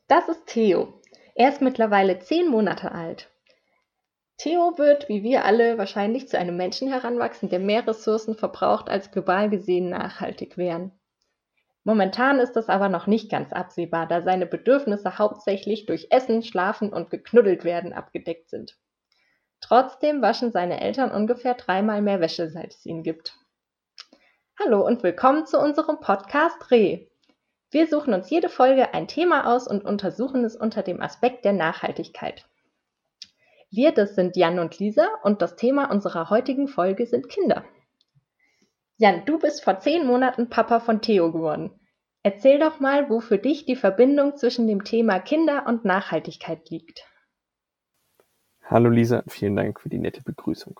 Das ist Theo. Er ist mittlerweile 10 Monate alt. Theo wird, wie wir alle, wahrscheinlich zu einem Menschen heranwachsen, der mehr Ressourcen verbraucht, als global gesehen nachhaltig wären. Momentan ist das aber noch nicht ganz absehbar, da seine Bedürfnisse hauptsächlich durch Essen, Schlafen und geknuddelt werden abgedeckt sind. Trotzdem waschen seine Eltern ungefähr 3-mal mehr Wäsche, seit es ihn gibt. Hallo und willkommen zu unserem Podcast Reh. Wir suchen uns jede Folge ein Thema aus und untersuchen es unter dem Aspekt der Nachhaltigkeit. Wir, das sind Jan und Lisa, und das Thema unserer heutigen Folge sind Kinder. Jan, du bist vor 10 Monaten Papa von Theo geworden. Erzähl doch mal, wo für dich die Verbindung zwischen dem Thema Kinder und Nachhaltigkeit liegt. Hallo Lisa, vielen Dank für die nette Begrüßung.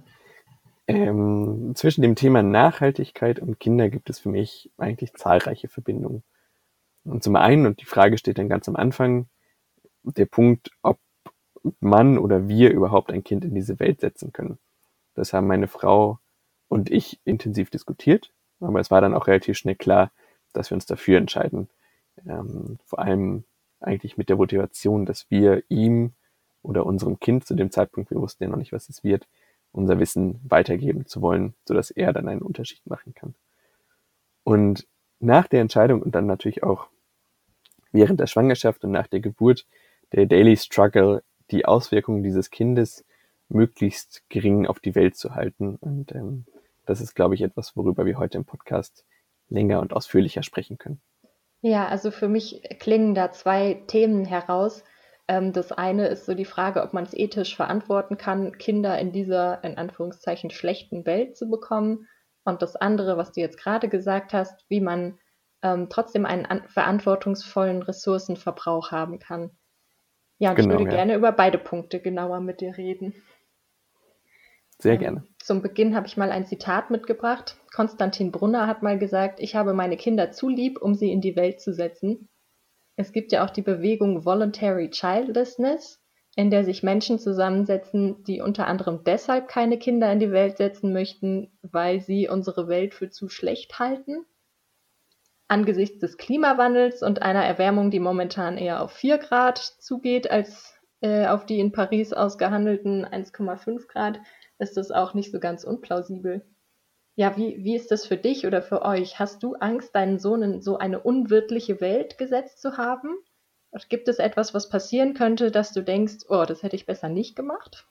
Zwischen dem Thema Nachhaltigkeit und Kinder gibt es für mich eigentlich zahlreiche Verbindungen. Und zum einen, und die Frage steht dann ganz am Anfang, der Punkt, ob man oder wir überhaupt ein Kind in diese Welt setzen können. Das haben meine Frau und ich intensiv diskutiert, aber es war dann auch relativ schnell klar, dass wir uns dafür entscheiden. Vor allem eigentlich mit der Motivation, dass wir ihm oder unserem Kind zu dem Zeitpunkt, wir wussten ja noch nicht, was es wird, unser Wissen weitergeben zu wollen, sodass er dann einen Unterschied machen kann. Und nach der Entscheidung und dann natürlich auch während der Schwangerschaft und nach der Geburt der Daily Struggle, die Auswirkungen dieses Kindes möglichst gering auf die Welt zu halten. Und das ist, glaube ich, etwas, worüber wir heute im Podcast länger und ausführlicher sprechen können. Ja, also für mich klingen da 2 Themen heraus. Das eine ist so die Frage, ob man es ethisch verantworten kann, Kinder in dieser, in Anführungszeichen, schlechten Welt zu bekommen. Und das andere, was du jetzt gerade gesagt hast, wie man trotzdem einen verantwortungsvollen Ressourcenverbrauch haben kann. Ja, und ich würde gerne über beide Punkte genauer mit dir reden. Sehr gerne. Zum Beginn habe ich mal ein Zitat mitgebracht. Konstantin Brunner hat mal gesagt, ich habe meine Kinder zu lieb, um sie in die Welt zu setzen. Es gibt ja auch die Bewegung Voluntary Childlessness, in der sich Menschen zusammensetzen, die unter anderem deshalb keine Kinder in die Welt setzen möchten, weil sie unsere Welt für zu schlecht halten. Angesichts des Klimawandels und einer Erwärmung, die momentan eher auf 4 Grad zugeht, als auf die in Paris ausgehandelten 1,5 Grad, ist das auch nicht so ganz unplausibel. Ja, wie ist das für dich oder für euch? Hast du Angst, deinen Sohn in so eine unwirtliche Welt gesetzt zu haben? Oder gibt es etwas, was passieren könnte, dass du denkst, oh, das hätte ich besser nicht gemacht?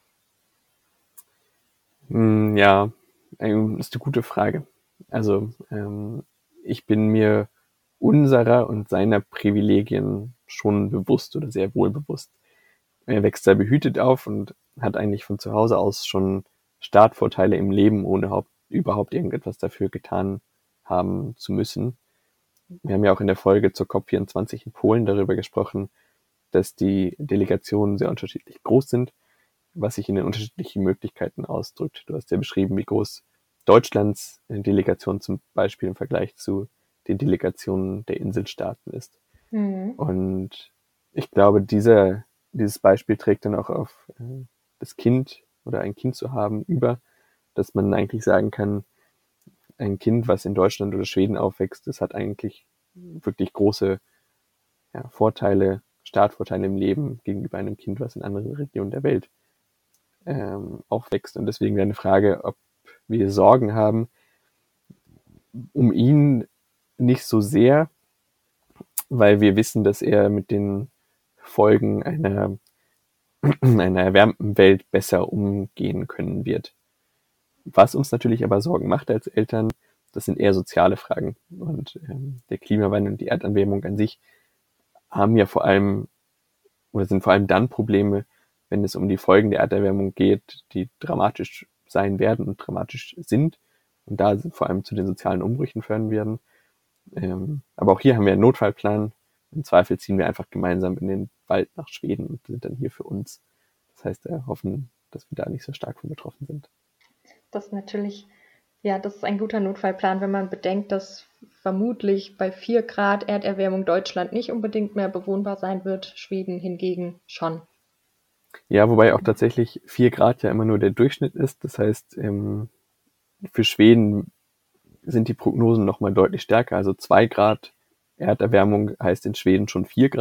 Ja, ist eine gute Frage. Also ich bin mir unserer und seiner Privilegien schon bewusst oder sehr wohl bewusst. Er wächst sehr behütet auf und hat eigentlich von zu Hause aus schon Startvorteile im Leben, ohne überhaupt irgendetwas dafür getan haben zu müssen. Wir haben ja auch in der Folge zur COP24 in Polen darüber gesprochen, dass die Delegationen sehr unterschiedlich groß sind, was sich in den unterschiedlichen Möglichkeiten ausdrückt. Du hast ja beschrieben, wie groß Deutschlands Delegation zum Beispiel im Vergleich zu den Delegationen der Inselstaaten ist. Und ich glaube, dieses Beispiel trägt dann auch auf das Kind oder ein Kind zu haben über, dass man eigentlich sagen kann, ein Kind, was in Deutschland oder Schweden aufwächst, das hat eigentlich wirklich große Vorteile, Startvorteile im Leben gegenüber einem Kind, was in anderen Regionen der Welt aufwächst. Und deswegen wäre eine Frage, ob wir Sorgen haben, um ihn nicht so sehr, weil wir wissen, dass er mit den Folgen einer erwärmten Welt besser umgehen können wird. Was uns natürlich aber Sorgen macht als Eltern, das sind eher soziale Fragen. Und der Klimawandel und die Erderwärmung an sich haben ja vor allem oder sind vor allem dann Probleme, wenn es um die Folgen der Erderwärmung geht, die dramatisch sein werden und dramatisch sind und da vor allem zu den sozialen Umbrüchen führen werden. Aber auch hier haben wir einen Notfallplan. Im Zweifel ziehen wir einfach gemeinsam in den Wald nach Schweden und sind dann hier für uns. Das heißt, wir hoffen, dass wir da nicht so stark von betroffen sind. Das ist natürlich, ja, das ist ein guter Notfallplan, wenn man bedenkt, dass vermutlich bei 4 Grad Erderwärmung Deutschland nicht unbedingt mehr bewohnbar sein wird, Schweden hingegen schon. Ja, wobei auch tatsächlich 4 Grad ja immer nur der Durchschnitt ist. Das heißt, für Schweden sind die Prognosen nochmal deutlich stärker. Also 2 Grad Erderwärmung heißt in Schweden schon 4 Grad.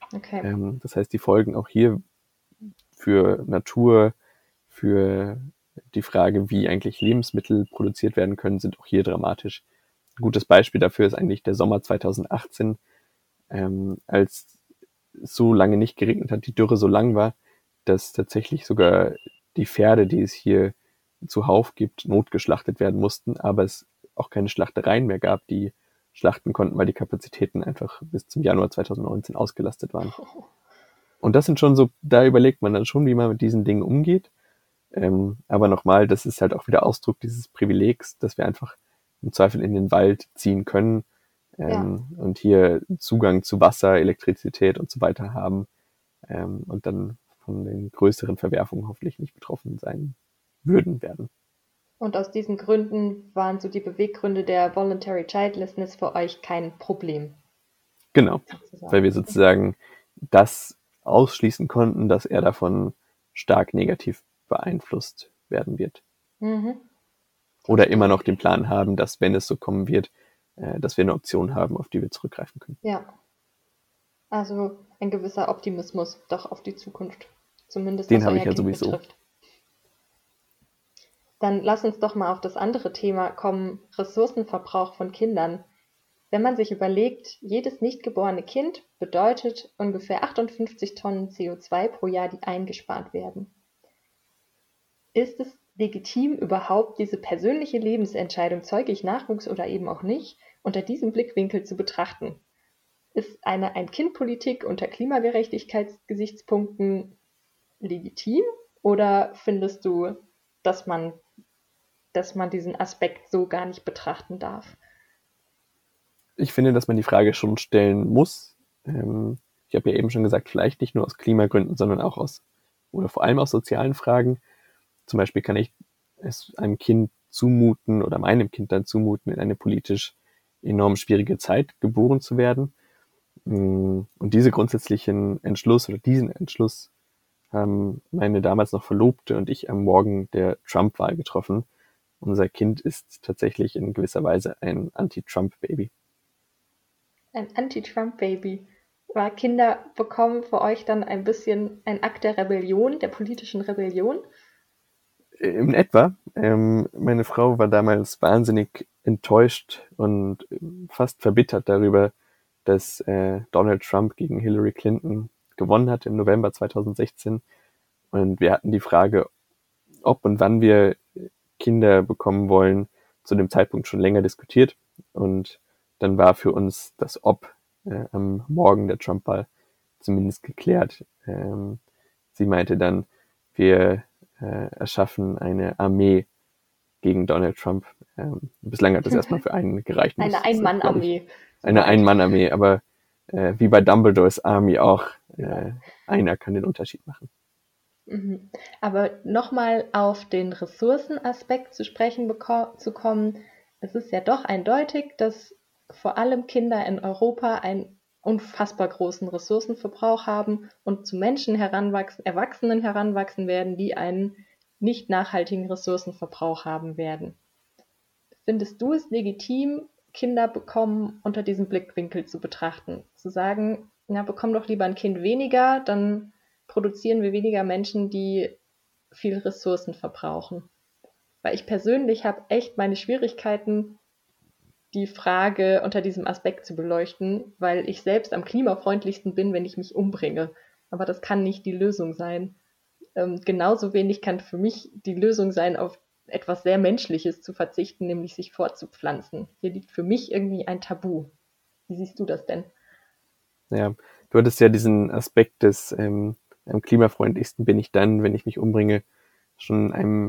Okay. Das heißt, die Folgen auch hier für Natur, für die Frage, wie eigentlich Lebensmittel produziert werden können, sind auch hier dramatisch. Ein gutes Beispiel dafür ist eigentlich der Sommer 2018, als so lange nicht geregnet hat, die Dürre so lang war, dass tatsächlich sogar die Pferde, die es hier zuhauf gibt, notgeschlachtet werden mussten, aber es auch keine Schlachtereien mehr gab, die schlachten konnten, weil die Kapazitäten einfach bis zum Januar 2019 ausgelastet waren. Und das sind schon so, da überlegt man dann schon, wie man mit diesen Dingen umgeht. Aber nochmal, das ist halt auch wieder Ausdruck dieses Privilegs, dass wir einfach im Zweifel in den Wald ziehen können und hier Zugang zu Wasser, Elektrizität und so weiter haben und dann von den größeren Verwerfungen hoffentlich nicht betroffen sein werden. Und aus diesen Gründen waren so die Beweggründe der Voluntary Childlessness für euch kein Problem. Genau, weil wir sozusagen das ausschließen konnten, dass er davon stark negativ beeinflusst werden wird. Mhm. Oder immer noch den Plan haben, dass, wenn es so kommen wird, dass wir eine Option haben, auf die wir zurückgreifen können. Ja. Also ein gewisser Optimismus doch auf die Zukunft. Zumindest Den was habe euer ich ja Kind sowieso. betrifft. Dann lass uns doch mal auf das andere Thema kommen, Ressourcenverbrauch von Kindern. Wenn man sich überlegt, jedes nicht geborene Kind bedeutet ungefähr 58 Tonnen CO2 pro Jahr, die eingespart werden. Ist es legitim, überhaupt diese persönliche Lebensentscheidung, zeuge ich Nachwuchs oder eben auch nicht, unter diesem Blickwinkel zu betrachten? Ist eine Ein-Kind-Politik unter Klimagerechtigkeitsgesichtspunkten legitim oder findest du, dass man diesen Aspekt so gar nicht betrachten darf? Ich finde, dass man die Frage schon stellen muss. Ich habe ja eben schon gesagt, vielleicht nicht nur aus Klimagründen, sondern auch oder vor allem aus sozialen Fragen. Zum Beispiel kann ich es einem Kind zumuten oder meinem Kind dann zumuten, in eine politisch enorm schwierige Zeit geboren zu werden. Und diesen Entschluss haben meine damals noch Verlobte und ich am Morgen der Trump-Wahl getroffen. Unser Kind ist tatsächlich in gewisser Weise ein Anti-Trump-Baby. Ein Anti-Trump-Baby. War Kinder bekommen für euch dann ein bisschen ein Akt der Rebellion, der politischen Rebellion? In etwa. Meine Frau war damals wahnsinnig enttäuscht und fast verbittert darüber, dass Donald Trump gegen Hillary Clinton gewonnen hat im November 2016. Und wir hatten die Frage, ob und wann wir Kinder bekommen wollen, zu dem Zeitpunkt schon länger diskutiert. Und dann war für uns das Ob am Morgen der Trump-Wahl zumindest geklärt. Sie meinte dann, wir erschaffen eine Armee gegen Donald Trump. Bislang hat das erstmal für einen gereicht. Eine Ein-Mann-Armee. Eine Ein-Mann-Armee, aber wie bei Dumbledores Army auch, einer kann den Unterschied machen. Mhm. Aber nochmal auf den Ressourcenaspekt zu sprechen zu kommen, es ist ja doch eindeutig, dass vor allem Kinder in Europa einen unfassbar großen Ressourcenverbrauch haben und zu Menschen Erwachsenen heranwachsen werden, die einen nicht nachhaltigen Ressourcenverbrauch haben werden. Findest du es legitim, Kinder bekommen unter diesem Blickwinkel zu betrachten? Zu sagen, na, bekomm doch lieber ein Kind weniger, dann produzieren wir weniger Menschen, die viel Ressourcen verbrauchen. Weil ich persönlich habe echt meine Schwierigkeiten, die Frage unter diesem Aspekt zu beleuchten, weil ich selbst am klimafreundlichsten bin, wenn ich mich umbringe. Aber das kann nicht die Lösung sein. Genauso wenig kann für mich die Lösung sein, auf etwas sehr Menschliches zu verzichten, nämlich sich fortzupflanzen. Hier liegt für mich irgendwie ein Tabu. Wie siehst du das denn? Ja, du hattest ja diesen Aspekt des am klimafreundlichsten bin ich dann, wenn ich mich umbringe, schon in einem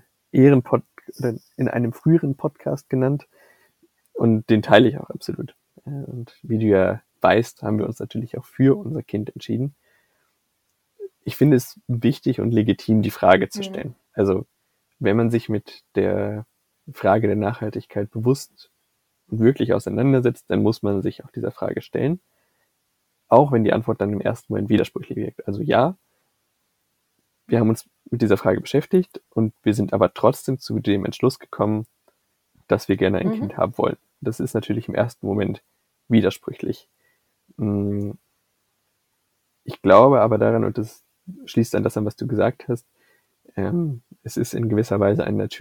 in einem früheren Podcast genannt. Und den teile ich auch absolut. Und wie du ja weißt, haben wir uns natürlich auch für unser Kind entschieden. Ich finde es wichtig und legitim, die Frage zu stellen. Also, wenn man sich mit der Frage der Nachhaltigkeit bewusst und wirklich auseinandersetzt, dann muss man sich auch dieser Frage stellen. Auch wenn die Antwort dann im ersten Moment widersprüchlich wirkt. Also ja, wir haben uns mit dieser Frage beschäftigt und wir sind aber trotzdem zu dem Entschluss gekommen, dass wir gerne ein Kind haben wollen. Das ist natürlich im ersten Moment widersprüchlich. Ich glaube aber daran, und das schließt an das an, was du gesagt hast, es ist in gewisser Weise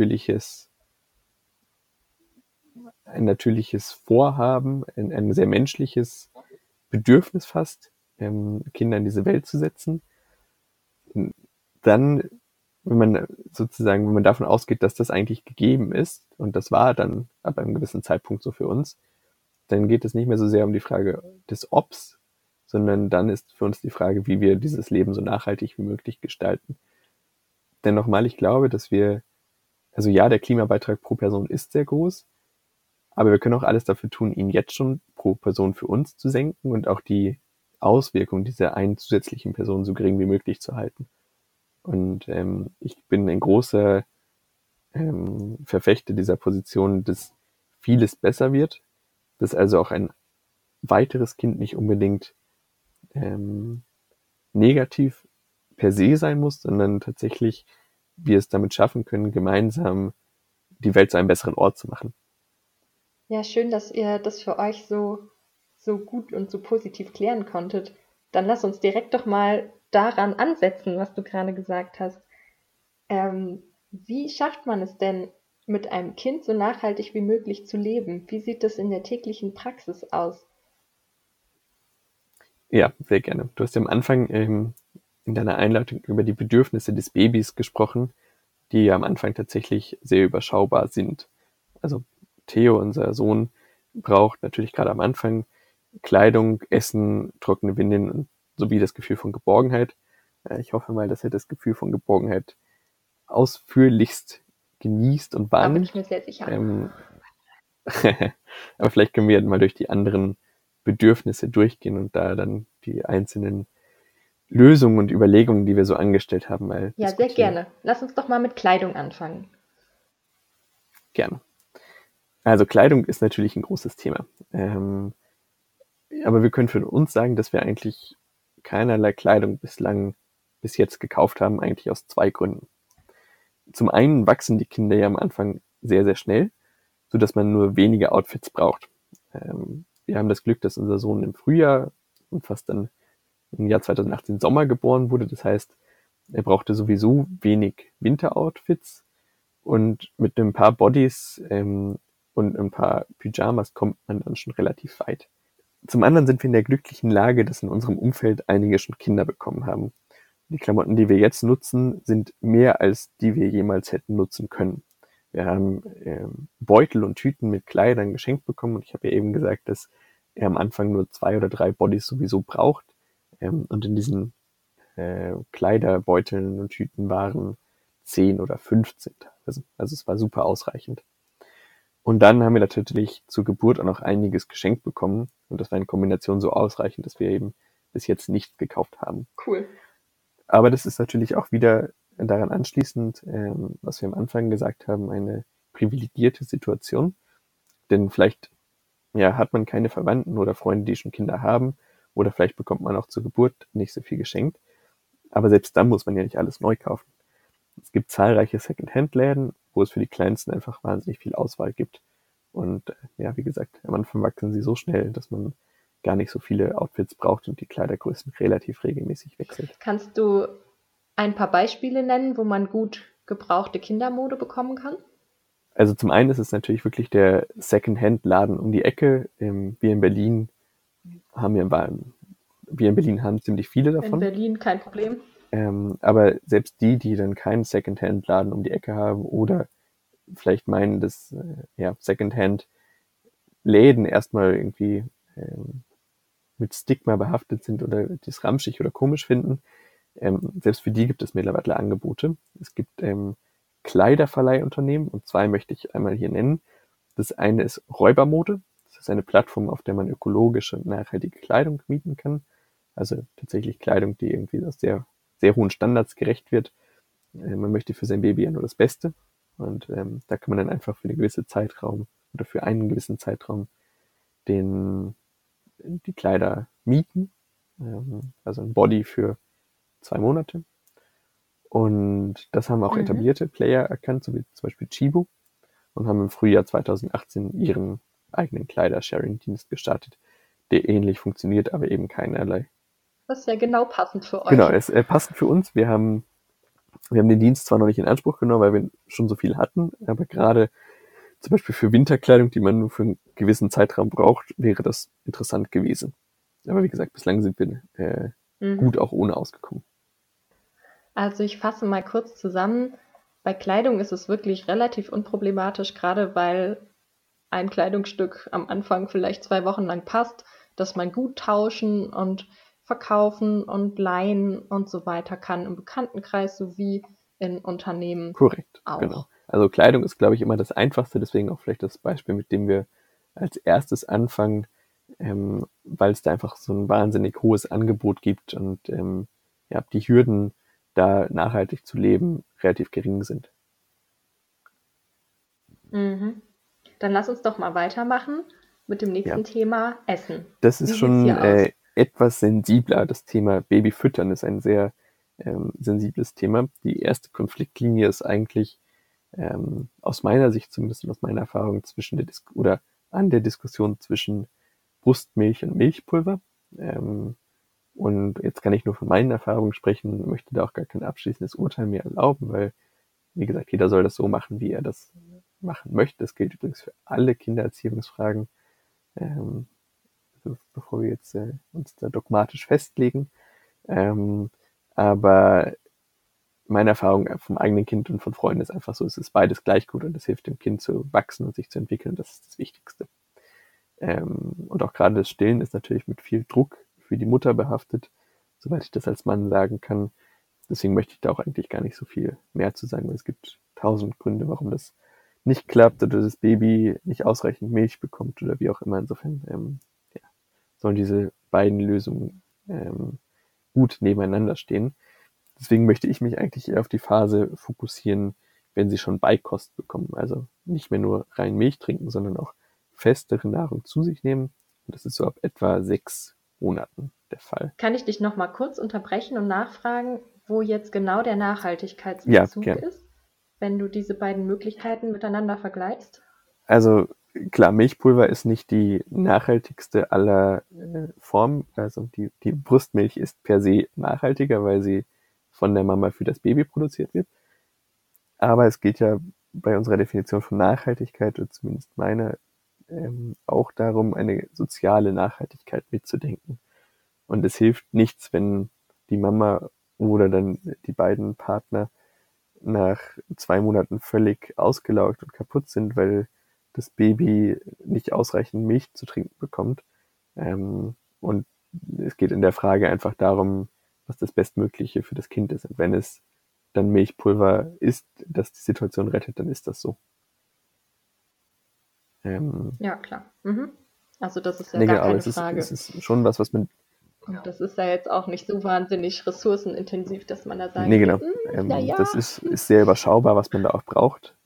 ein natürliches Vorhaben, ein sehr menschliches Bedürfnis fast, Kinder in diese Welt zu setzen. Dann, wenn man davon ausgeht, dass das eigentlich gegeben ist, und das war dann ab einem gewissen Zeitpunkt so für uns, dann geht es nicht mehr so sehr um die Frage des Obs, sondern dann ist für uns die Frage, wie wir dieses Leben so nachhaltig wie möglich gestalten. Denn nochmal, ich glaube, also ja, der Klimabeitrag pro Person ist sehr groß, aber wir können auch alles dafür tun, ihn jetzt schon pro Person für uns zu senken und auch die Auswirkung dieser einen zusätzlichen Person so gering wie möglich zu halten. Und ich bin ein großer Verfechter dieser Position, dass vieles besser wird, dass also auch ein weiteres Kind nicht unbedingt negativ per se sein muss, sondern tatsächlich wir es damit schaffen können, gemeinsam die Welt zu einem besseren Ort zu machen. Ja, schön, dass ihr das für euch so gut und so positiv klären konntet. Dann lass uns direkt doch mal daran ansetzen, was du gerade gesagt hast. Wie schafft man es denn, mit einem Kind so nachhaltig wie möglich zu leben? Wie sieht das in der täglichen Praxis aus? Ja, sehr gerne. Du hast ja am Anfang in deiner Einleitung über die Bedürfnisse des Babys gesprochen, die ja am Anfang tatsächlich sehr überschaubar sind. Also Theo, unser Sohn, braucht natürlich gerade am Anfang Kleidung, Essen, trockene Windeln sowie das Gefühl von Geborgenheit. Ich hoffe mal, dass er das Gefühl von Geborgenheit ausführlichst genießt und Da bin ich wahrnimmt. mir sehr sicher. Aber vielleicht können wir mal durch die anderen Bedürfnisse durchgehen und da dann die einzelnen Lösungen und Überlegungen, die wir so angestellt haben, mal Ja, sehr diskutieren. gerne. Lass uns doch mal mit Kleidung anfangen. Gerne. Also Kleidung ist natürlich ein großes Thema. Aber wir können für uns sagen, dass wir eigentlich keinerlei Kleidung bis jetzt gekauft haben, eigentlich aus 2 Gründen. Zum einen wachsen die Kinder ja am Anfang sehr, sehr schnell, sodass man nur wenige Outfits braucht. Wir haben das Glück, dass unser Sohn im Frühjahr und fast dann im Jahr 2018 Sommer geboren wurde. Das heißt, er brauchte sowieso wenig Winteroutfits und mit ein paar Bodies und ein paar Pyjamas kommt man dann schon relativ weit. Zum anderen sind wir in der glücklichen Lage, dass in unserem Umfeld einige schon Kinder bekommen haben. Die Klamotten, die wir jetzt nutzen, sind mehr, als die wir jemals hätten nutzen können. Wir haben Beutel und Tüten mit Kleidern geschenkt bekommen und ich habe ja eben gesagt, dass er am Anfang nur 2 oder 3 Bodies sowieso braucht. Und in diesen Kleiderbeuteln und Tüten waren 10 oder 15. Also es war super ausreichend. Und dann haben wir natürlich zur Geburt auch noch einiges geschenkt bekommen. Und das war in Kombination so ausreichend, dass wir eben bis jetzt nichts gekauft haben. Cool. Aber das ist natürlich auch wieder daran anschließend, was wir am Anfang gesagt haben, eine privilegierte Situation. Denn vielleicht hat man keine Verwandten oder Freunde, die schon Kinder haben. Oder vielleicht bekommt man auch zur Geburt nicht so viel geschenkt. Aber selbst dann muss man ja nicht alles neu kaufen. Es gibt zahlreiche Second-Hand-Läden, wo es für die Kleinsten einfach wahnsinnig viel Auswahl gibt. Und wie gesagt, am Anfang wachsen sie so schnell, dass man gar nicht so viele Outfits braucht und die Kleidergrößen relativ regelmäßig wechselt. Kannst du ein paar Beispiele nennen, wo man gut gebrauchte Kindermode bekommen kann? Also zum einen ist es natürlich wirklich der Second-Hand-Laden um die Ecke. Wir in Berlin haben ziemlich viele davon. In Berlin kein Problem. Aber selbst die dann keinen Second-Hand-Laden um die Ecke haben oder vielleicht meinen, dass Second-Hand-Läden erstmal irgendwie mit Stigma behaftet sind oder das ramschig oder komisch finden, selbst für die gibt es mittlerweile Angebote. Es gibt Kleiderverleihunternehmen und 2 möchte ich einmal hier nennen. Das eine ist Räubermode. Das ist eine Plattform, auf der man ökologische und nachhaltige Kleidung mieten kann. Also tatsächlich Kleidung, die irgendwie aus sehr, sehr hohen Standards gerecht wird. Man möchte für sein Baby ja nur das Beste. Und da kann man dann einfach für einen gewissen Zeitraum oder für einen gewissen Zeitraum die Kleider mieten. Also ein Body für 2 Monate. Und das haben auch etablierte Player erkannt, so wie zum Beispiel Chibo, und haben im Frühjahr 2018 ihren eigenen Kleider-Sharing-Dienst gestartet, der ähnlich funktioniert, aber eben keinerlei Das ist ja genau passend für Genau, euch. es passend für uns. Wir haben den Dienst zwar noch nicht in Anspruch genommen, weil wir schon so viel hatten, aber gerade zum Beispiel für Winterkleidung, die man nur für einen gewissen Zeitraum braucht, wäre das interessant gewesen. Aber wie gesagt, bislang sind wir gut Mhm. auch ohne ausgekommen. Also ich fasse mal kurz zusammen. Bei Kleidung ist es wirklich relativ unproblematisch, gerade weil ein Kleidungsstück am Anfang vielleicht 2 Wochen lang passt, dass man gut tauschen und verkaufen und leihen und so weiter kann im Bekanntenkreis sowie in Unternehmen Korrekt, genau. auch. Also Kleidung ist, glaube ich, immer das Einfachste, deswegen auch vielleicht das Beispiel, mit dem wir als erstes anfangen, weil es da einfach so ein wahnsinnig hohes Angebot gibt und ja, die Hürden, da nachhaltig zu leben, relativ gering sind. Mhm. Dann lass uns doch mal weitermachen mit dem Ja, nächsten Thema Essen. das ist Wie sieht's schon hier aus? etwas sensibler. Das Thema Babyfüttern ist ein sehr sensibles Thema. Die erste Konfliktlinie ist eigentlich aus meiner Sicht zumindest und aus meiner Erfahrung zwischen oder an der Diskussion zwischen Brustmilch und Milchpulver. Ähm, und jetzt kann ich nur von meinen Erfahrungen sprechen, möchte da auch gar kein abschließendes Urteil mehr erlauben, weil, wie gesagt, jeder soll das so machen, wie er das machen möchte. Das gilt übrigens für alle Kindererziehungsfragen. Ähm, also bevor wir jetzt uns da dogmatisch festlegen. Ähm, aber meine Erfahrung vom eigenen Kind und von Freunden ist einfach so, es ist beides gleich gut und es hilft dem Kind zu wachsen und sich zu entwickeln. Das ist das Wichtigste. Und auch gerade das Stillen ist natürlich mit viel Druck für die Mutter behaftet, soweit ich das als Mann sagen kann. Deswegen möchte ich da auch eigentlich gar nicht so viel mehr zu sagen, weil es gibt 1000 Gründe, warum das nicht klappt oder das Baby nicht ausreichend Milch bekommt oder wie auch immer. Insofern ja, sollen diese beiden Lösungen gut nebeneinander stehen. Deswegen möchte ich mich eigentlich eher auf die Phase fokussieren, wenn sie schon Beikost bekommen. Also nicht mehr nur rein Milch trinken, sondern auch festere Nahrung zu sich nehmen. Und das ist so ab etwa 6 Monaten der Fall. Kann ich dich noch mal kurz unterbrechen und nachfragen, wo jetzt genau der Ja, Nachhaltigkeitsbezug gern. ist, wenn du diese beiden Möglichkeiten miteinander vergleichst? Also klar, Milchpulver ist nicht die nachhaltigste aller Formen. Also die Brustmilch ist per se nachhaltiger, weil sie von der Mama für das Baby produziert wird. Aber es geht ja bei unserer Definition von Nachhaltigkeit, oder zumindest meiner, auch darum, eine soziale Nachhaltigkeit mitzudenken. Und es hilft nichts, wenn die Mama oder dann die beiden Partner nach 2 Monaten völlig ausgelaugt und kaputt sind, weil das Baby nicht ausreichend Milch zu trinken bekommt. Und es geht in der Frage einfach darum, was das Bestmögliche für das Kind ist. Und wenn es dann Milchpulver ist, das die Situation rettet, dann ist das so. Ähm, Ja, klar. Mhm. Also das ist ja nee, gar genau, aber keine es Frage. ist schon was man, Und das ist ja jetzt auch nicht so wahnsinnig ressourcenintensiv, dass man da nee, sagen will, genau, na ja. das ist sehr überschaubar, was man da auch braucht.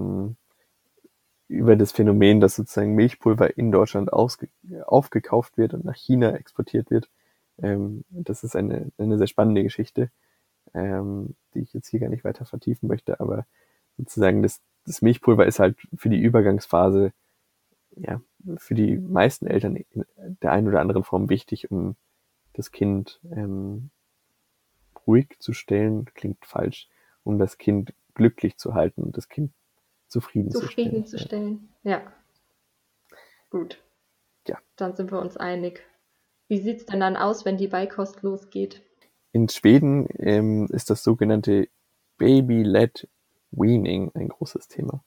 Über das Phänomen, dass sozusagen Milchpulver in Deutschland aufgekauft wird und nach China exportiert wird. Das ist eine sehr spannende Geschichte, die ich jetzt hier gar nicht weiter vertiefen möchte, aber sozusagen das Milchpulver ist halt für die Übergangsphase, ja, für die meisten Eltern in der einen oder anderen Form wichtig, um das Kind ruhig zu stellen, klingt falsch, um das Kind glücklich zu halten und das Kind zufriedenzustellen. Ja. Zufriedenzustellen. Ja, gut. Ja. Dann sind wir uns einig. Wie sieht es denn dann aus, wenn die Beikost losgeht? In Schweden ist das sogenannte Baby-led Weaning ein großes Thema.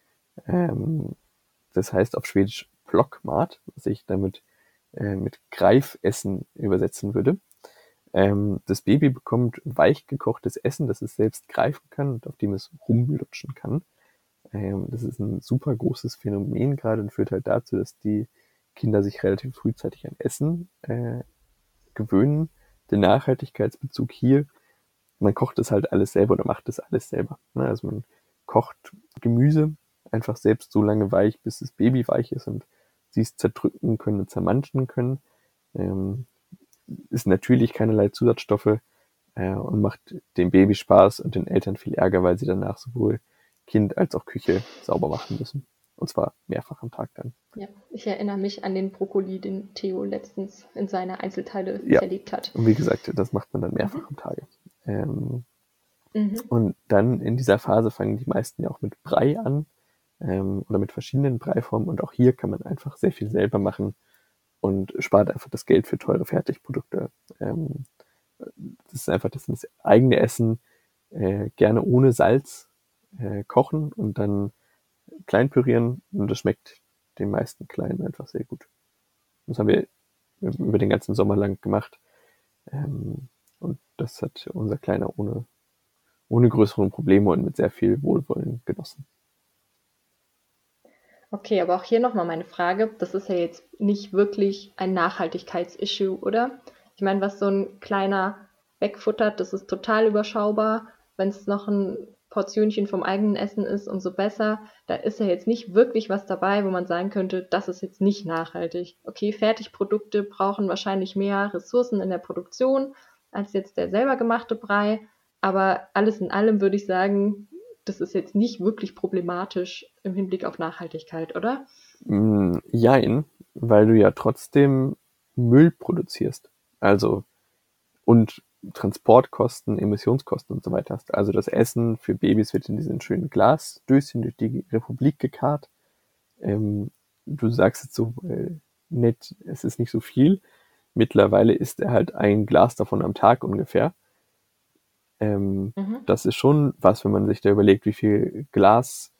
Das heißt auf Schwedisch Plockmat, was ich damit mit Greifessen übersetzen würde. Das Baby bekommt weich gekochtes Essen, das es selbst greifen kann und auf dem es rumlutschen kann. Das ist ein super großes Phänomen gerade und führt halt dazu, dass die Kinder sich relativ frühzeitig an Essen gewöhnen. Der Nachhaltigkeitsbezug hier, man kocht es halt alles selber oder macht es alles selber. Also man kocht Gemüse einfach selbst so lange weich, bis das Baby weich ist und sie es zerdrücken können und zermanschen können. Ähm, ist natürlich keinerlei Zusatzstoffe und macht dem Baby Spaß und den Eltern viel Ärger, weil sie danach sowohl Kind als auch Küche sauber machen müssen. Und zwar mehrfach am Tag dann. Ja, ich erinnere mich an den Brokkoli, den Theo letztens in seine Einzelteile Ja. zerlegt hat. Und wie gesagt, das macht man dann mehrfach am Tage. Mhm. Und dann in dieser Phase fangen die meisten ja auch mit Brei an oder mit verschiedenen Breiformen. Und auch hier kann man einfach sehr viel selber machen und spart einfach das Geld für teure Fertigprodukte. Das ist einfach das eigene Essen, gerne ohne Salz kochen und dann klein pürieren. Und das schmeckt den meisten Kleinen einfach sehr gut. Das haben wir über den ganzen Sommer lang gemacht. Und das hat unser Kleiner ohne größere Probleme und mit sehr viel Wohlwollen genossen. Okay, aber auch hier nochmal meine Frage. Das ist ja jetzt nicht wirklich ein Nachhaltigkeitsissue, oder? Ich meine, was so ein kleiner wegfuttert, das ist total überschaubar. Wenn es noch ein Portionchen vom eigenen Essen ist, umso besser. Da ist ja jetzt nicht wirklich was dabei, wo man sagen könnte, das ist jetzt nicht nachhaltig. Okay, Fertigprodukte brauchen wahrscheinlich mehr Ressourcen in der Produktion als jetzt der selber gemachte Brei. Aber alles in allem würde ich sagen, das ist jetzt nicht wirklich problematisch im Hinblick auf Nachhaltigkeit, oder? Jein, weil du ja trotzdem Müll produzierst. Also und Transportkosten, Emissionskosten und so weiter hast. Also das Essen für Babys wird in diesen schönen Glasdöschen durch die Republik gekarrt. Du sagst jetzt so nett, es ist nicht so viel. Mittlerweile isst er halt ein Glas davon am Tag ungefähr. Das ist schon was, wenn man sich da überlegt, wie viel Glasdöschen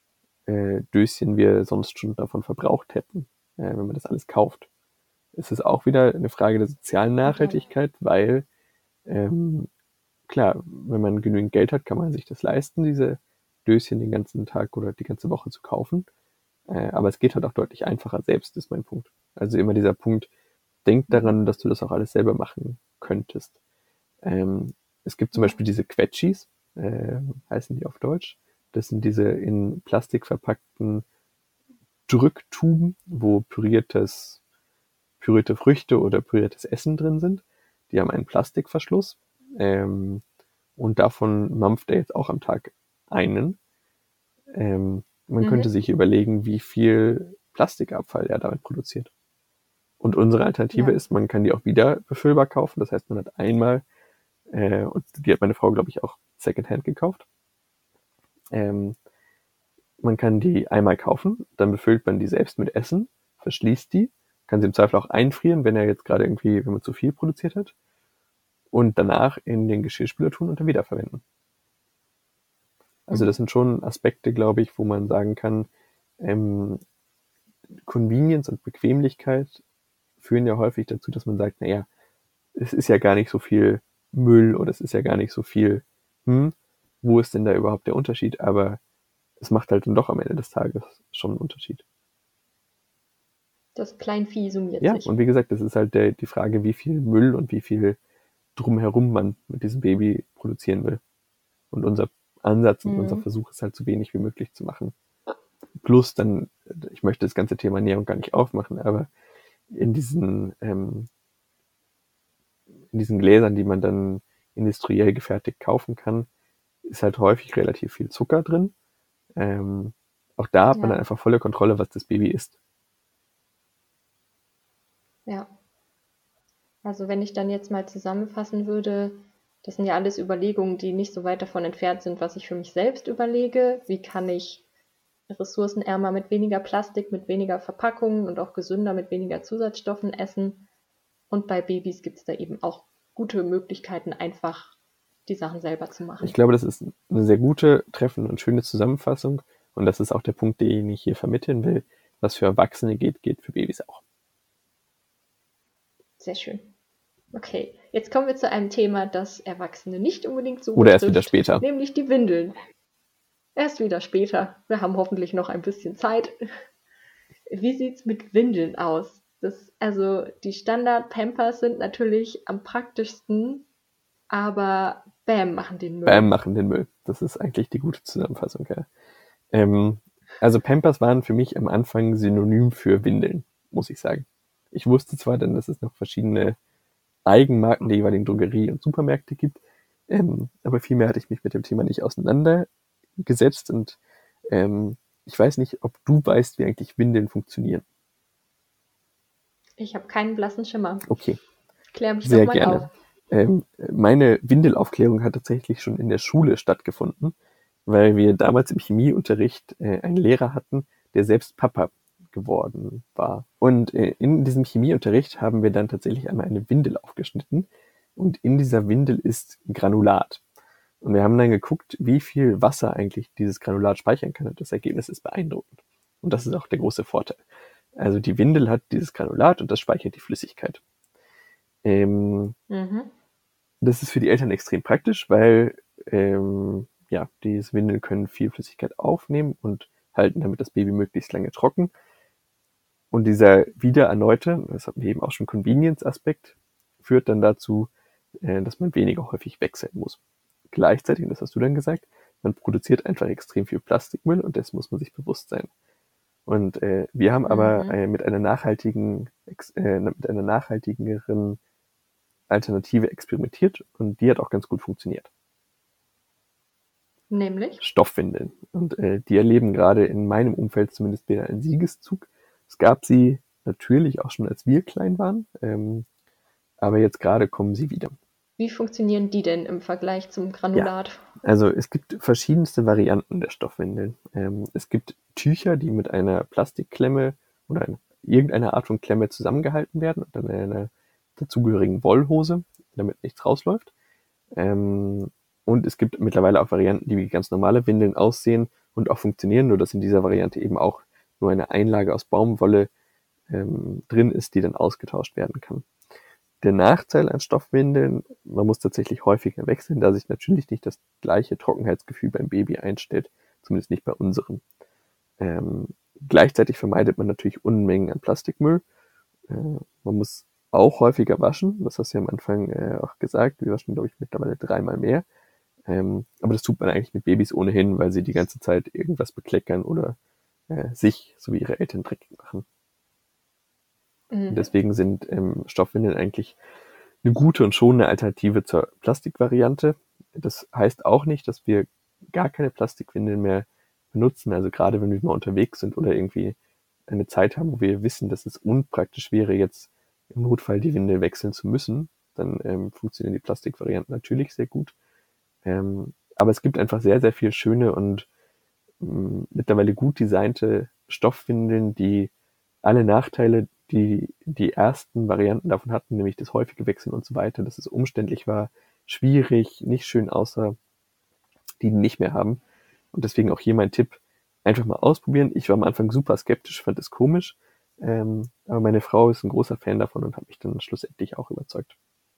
wir sonst schon davon verbraucht hätten, wenn man das alles kauft. Es ist auch wieder eine Frage der sozialen Nachhaltigkeit, weil klar, wenn man genügend Geld hat, kann man sich das leisten, diese Döschen den ganzen Tag oder die ganze Woche zu kaufen. Aber es geht halt auch deutlich einfacher selbst, ist mein Punkt. Also immer dieser Punkt, denk daran, dass du das auch alles selber machen könntest. Es gibt zum Beispiel diese Quetschis, heißen die auf Deutsch. Das sind diese in Plastik verpackten Drücktuben, wo pürierte Früchte oder püriertes Essen drin sind. Die haben einen Plastikverschluss. Und davon mampft er jetzt auch am Tag einen. Man könnte sich überlegen, wie viel Plastikabfall er damit produziert. Und unsere Alternative ist, man kann die auch wieder befüllbar kaufen. Das heißt, man hat einmal, und die hat meine Frau, glaube ich, auch Secondhand gekauft. Man kann die einmal kaufen, dann befüllt man die selbst mit Essen, verschließt die, kann sie im Zweifel auch einfrieren, wenn man zu viel produziert hat, und danach in den Geschirrspüler tun und dann wiederverwenden. Also das sind schon Aspekte, glaube ich, wo man sagen kann, Convenience und Bequemlichkeit führen ja häufig dazu, dass man sagt, naja, es ist ja gar nicht so viel Müll oder es ist ja gar nicht so viel, wo ist denn da überhaupt der Unterschied? Aber es macht halt dann doch am Ende des Tages schon einen Unterschied. Das Kleinvieh summiert Ja, sich. und wie gesagt, das ist halt die Frage, wie viel Müll und wie viel drumherum man mit diesem Baby produzieren will. Und unser Ansatz und unser Versuch ist halt so wenig wie möglich zu machen. Plus dann, ich möchte das ganze Thema Ernährung gar nicht aufmachen, aber in diesen Gläsern, die man dann industriell gefertigt kaufen kann, ist halt häufig relativ viel Zucker drin. Auch da hat man dann einfach volle Kontrolle, was das Baby isst. Ja. Also wenn ich dann jetzt mal zusammenfassen würde, das sind ja alles Überlegungen, die nicht so weit davon entfernt sind, was ich für mich selbst überlege. Wie kann ich ressourcenärmer mit weniger Plastik, mit weniger Verpackungen und auch gesünder mit weniger Zusatzstoffen essen? Und bei Babys gibt es da eben auch gute Möglichkeiten, einfach die Sachen selber zu machen. Ich glaube, das ist eine sehr gute, treffende und schöne Zusammenfassung. Und das ist auch der Punkt, den ich hier vermitteln will. Was für Erwachsene geht, geht für Babys auch. Sehr schön. Okay, jetzt kommen wir zu einem Thema, das Erwachsene nicht unbedingt so Oder erst wieder später. Nämlich die Windeln. Erst wieder später. Wir haben hoffentlich noch ein bisschen Zeit. Wie sieht's mit Windeln aus? Also die Standard-Pampers sind natürlich am praktischsten, aber Bam machen den Müll. Bam machen den Müll. Das ist eigentlich die gute Zusammenfassung, ja. Also Pampers waren für mich am Anfang synonym für Windeln, muss ich sagen. Ich wusste zwar dann, dass es noch verschiedene Eigenmarken der jeweiligen Drogerie und Supermärkte gibt, aber vielmehr hatte ich mich mit dem Thema nicht auseinandergesetzt und Ich weiß nicht, ob du weißt, wie eigentlich Windeln funktionieren. Ich habe keinen blassen Schimmer. Okay, Klär mich doch sehr mal auf. gerne. Meine Windelaufklärung hat tatsächlich schon in der Schule stattgefunden, weil wir damals im Chemieunterricht einen Lehrer hatten, der selbst Papa geworden war. Und in diesem Chemieunterricht haben wir dann tatsächlich einmal eine Windel aufgeschnitten und in dieser Windel ist Granulat. Und wir haben dann geguckt, wie viel Wasser eigentlich dieses Granulat speichern kann. Und das Ergebnis ist beeindruckend. Und das ist auch der große Vorteil. Also die Windel hat dieses Granulat und das speichert die Flüssigkeit. Mhm. Das ist für die Eltern extrem praktisch, weil ja, diese Windeln können viel Flüssigkeit aufnehmen und halten damit das Baby möglichst lange trocken. Und dieser wieder erneute, das hatten wir eben auch schon, Convenience-Aspekt, führt dann dazu, dass man weniger häufig wechseln muss. Gleichzeitig, und das hast du dann gesagt, man produziert einfach extrem viel Plastikmüll und das muss man sich bewusst sein. Und wir haben aber mit einer nachhaltigeren Alternative experimentiert und die hat auch ganz gut funktioniert. Nämlich? Stoffwindeln. Und die erleben gerade in meinem Umfeld zumindest wieder einen Siegeszug. Es gab sie natürlich auch schon, als wir klein waren, aber jetzt gerade kommen sie wieder. Wie funktionieren die denn im Vergleich zum Granulat? Also es gibt verschiedenste Varianten der Stoffwindeln. Es gibt Tücher, die mit einer Plastikklemme oder irgendeiner Art von Klemme zusammengehalten werden und dann einer dazugehörigen Wollhose, damit nichts rausläuft. Und es gibt mittlerweile auch Varianten, die wie ganz normale Windeln aussehen und auch funktionieren, nur dass in dieser Variante eben auch nur eine Einlage aus Baumwolle drin ist, die dann ausgetauscht werden kann. Der Nachteil an Stoffwindeln, man muss tatsächlich häufiger wechseln, da sich natürlich nicht das gleiche Trockenheitsgefühl beim Baby einstellt, zumindest nicht bei unserem. Gleichzeitig vermeidet man natürlich Unmengen an Plastikmüll. Man muss auch häufiger waschen, das hast du ja am Anfang auch gesagt, wir waschen, glaube ich, mittlerweile 3-mal mehr. Aber das tut man eigentlich mit Babys ohnehin, weil sie die ganze Zeit irgendwas bekleckern oder sich, so wie ihre Eltern, dreckig machen. Und deswegen sind Stoffwindeln eigentlich eine gute und schonende Alternative zur Plastikvariante. Das heißt auch nicht, dass wir gar keine Plastikwindeln mehr benutzen. Also gerade wenn wir mal unterwegs sind oder irgendwie eine Zeit haben, wo wir wissen, dass es unpraktisch wäre, jetzt im Notfall die Windel wechseln zu müssen, dann funktionieren die Plastikvarianten natürlich sehr gut. Aber es gibt einfach sehr, sehr viel schöne und mittlerweile gut designte Stoffwindeln, die alle Nachteile, die die ersten Varianten davon hatten, nämlich das häufige Wechseln und so weiter, dass es umständlich war, schwierig, nicht schön aussah, die nicht mehr haben. Und deswegen auch hier mein Tipp, einfach mal ausprobieren. Ich war am Anfang super skeptisch, fand es komisch, aber meine Frau ist ein großer Fan davon und hat mich dann schlussendlich auch überzeugt.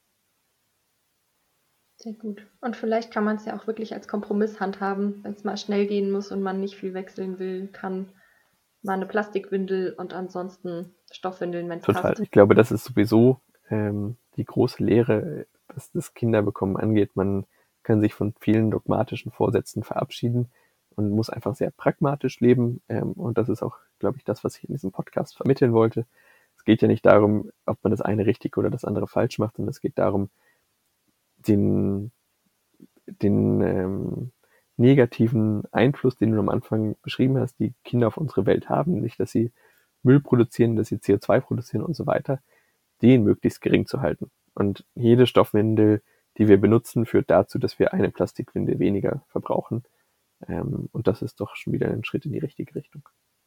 Sehr gut. Und vielleicht kann man es ja auch wirklich als Kompromiss handhaben, wenn es mal schnell gehen muss und man nicht viel wechseln will, kann mal eine Plastikwindel und ansonsten Stoffwindeln, wenn es Total. passt. Ich glaube, das ist sowieso die große Lehre, was das Kinderbekommen angeht. Man kann sich von vielen dogmatischen Vorsätzen verabschieden und muss einfach sehr pragmatisch leben. Und das ist auch, glaube ich, das, was ich in diesem Podcast vermitteln wollte. Es geht ja nicht darum, ob man das eine richtig oder das andere falsch macht, sondern es geht darum, den negativen Einfluss, den du am Anfang beschrieben hast, die Kinder auf unsere Welt haben, nämlich dass sie Müll produzieren, dass sie CO2 produzieren und so weiter, den möglichst gering zu halten. Und jede Stoffwindel, die wir benutzen, führt dazu, dass wir eine Plastikwindel weniger verbrauchen. Und das ist doch schon wieder ein Schritt in die richtige Richtung.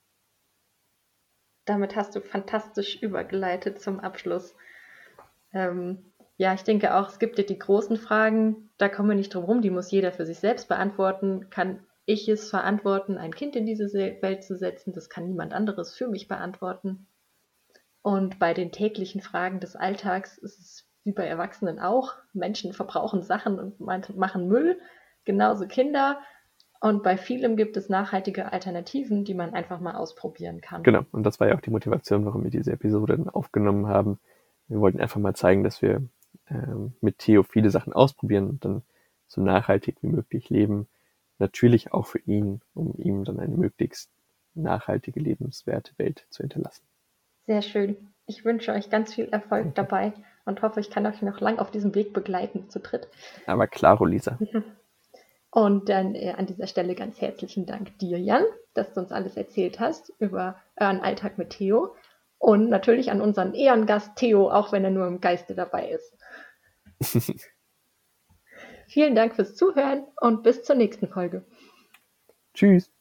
Damit hast du fantastisch übergeleitet zum Abschluss. Ja, ich denke auch, es gibt ja die großen Fragen, da kommen wir nicht drum rum, die muss jeder für sich selbst beantworten. Kann ich es verantworten, ein Kind in diese Welt zu setzen? Das kann niemand anderes für mich beantworten. Und bei den täglichen Fragen des Alltags ist es wie bei Erwachsenen auch. Menschen verbrauchen Sachen und machen Müll, genauso Kinder. Und bei vielem gibt es nachhaltige Alternativen, die man einfach mal ausprobieren kann. Genau, und das war ja auch die Motivation, warum wir diese Episode dann aufgenommen haben. Wir wollten einfach mal zeigen, dass wir mit Theo viele Sachen ausprobieren und dann so nachhaltig wie möglich leben. Natürlich auch für ihn, um ihm dann eine möglichst nachhaltige, lebenswerte Welt zu hinterlassen. Sehr schön. Ich wünsche euch ganz viel Erfolg dabei und hoffe, ich kann euch noch lang auf diesem Weg begleiten zu dritt. Aber klaro, Lisa. Und dann an dieser Stelle ganz herzlichen Dank dir, Jan, dass du uns alles erzählt hast über euren Alltag mit Theo. Und natürlich an unseren Ehrengast Theo, auch wenn er nur im Geiste dabei ist. Vielen Dank fürs Zuhören und bis zur nächsten Folge. Tschüss.